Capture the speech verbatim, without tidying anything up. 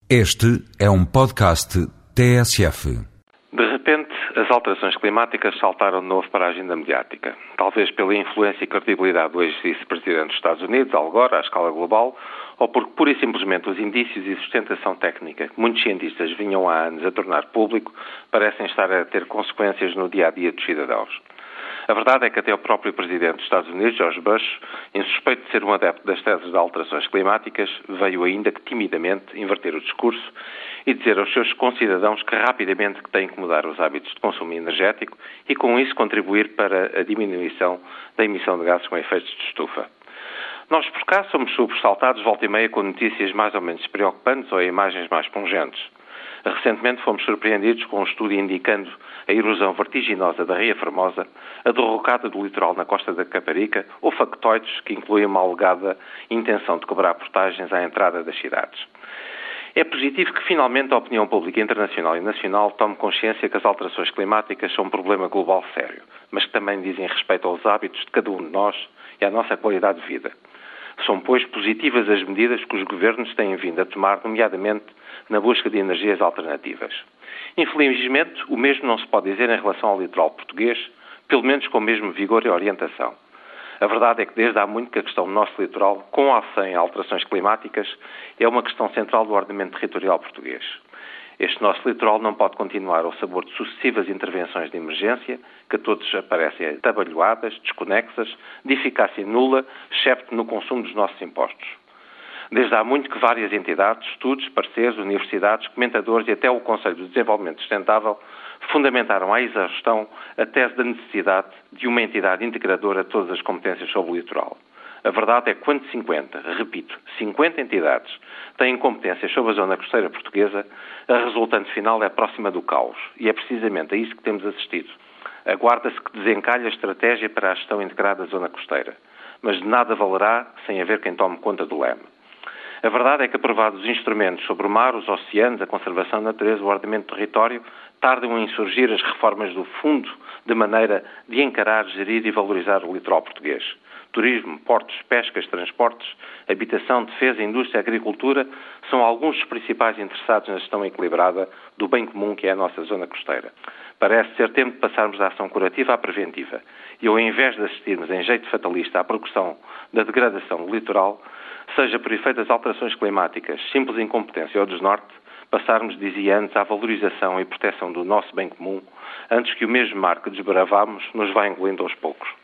Este é um podcast T S F. De repente, as alterações climáticas saltaram de novo para a agenda mediática. Talvez pela influência e credibilidade do ex-vice-presidente dos Estados Unidos, Al Gore, à escala global, ou porque pura e simplesmente os indícios e sustentação técnica que muitos cientistas vinham há anos a tornar público parecem estar a ter consequências no dia-a-dia dos cidadãos. A verdade é que até o próprio presidente dos Estados Unidos, George Bush, insuspeito de ser um adepto das teses de alterações climáticas, veio ainda que timidamente inverter o discurso e dizer aos seus concidadãos que rapidamente têm que mudar os hábitos de consumo energético e com isso contribuir para a diminuição da emissão de gases com efeitos de estufa. Nós por cá somos sobressaltados volta e meia com notícias mais ou menos preocupantes ou imagens mais pungentes. Recentemente fomos surpreendidos com um estudo indicando a erosão vertiginosa da Ria Formosa, a derrocada do litoral na costa da Caparica ou factoides que incluem uma alegada intenção de cobrar portagens à entrada das cidades. É positivo que finalmente a opinião pública internacional e nacional tome consciência que as alterações climáticas são um problema global sério, mas que também dizem respeito aos hábitos de cada um de nós e à nossa qualidade de vida. São, pois, positivas as medidas que os governos têm vindo a tomar, nomeadamente na busca de energias alternativas. Infelizmente, o mesmo não se pode dizer em relação ao litoral português, pelo menos com o mesmo vigor e orientação. A verdade é que desde há muito que a questão do nosso litoral, com ou sem alterações climáticas, é uma questão central do ordenamento territorial português. Este nosso litoral não pode continuar ao sabor de sucessivas intervenções de emergência, que a todos aparecem atabalhoadas, desconexas, de eficácia nula, excepto no consumo dos nossos impostos. Desde há muito que várias entidades, estudos, parceiros, universidades, comentadores e até o Conselho de Desenvolvimento Sustentável fundamentaram à exaustão a tese da necessidade de uma entidade integradora de todas as competências sobre o litoral. A verdade é que quando cinquenta, repito, cinquenta entidades têm competências sobre a zona costeira portuguesa, a resultante final é próxima do caos. E é precisamente a isso que temos assistido. Aguarda-se que desencalhe a estratégia para a gestão integrada da zona costeira. Mas de nada valerá sem haver quem tome conta do leme. A verdade é que, aprovados os instrumentos sobre o mar, os oceanos, a conservação da natureza, o ordenamento do território, tardam em surgir as reformas do fundo de maneira de encarar, gerir e valorizar o litoral português. Turismo, portos, pescas, transportes, habitação, defesa, indústria, agricultura são alguns dos principais interessados na gestão equilibrada do bem comum que é a nossa zona costeira. Parece ser tempo de passarmos da ação curativa à preventiva e, ao invés de assistirmos em jeito fatalista à progressão da degradação do litoral, seja por efeito das alterações climáticas, simples incompetência ou desnorte, passarmos, dizia antes, à valorização e proteção do nosso bem comum, antes que o mesmo mar que desbravamos nos vá engolindo aos poucos.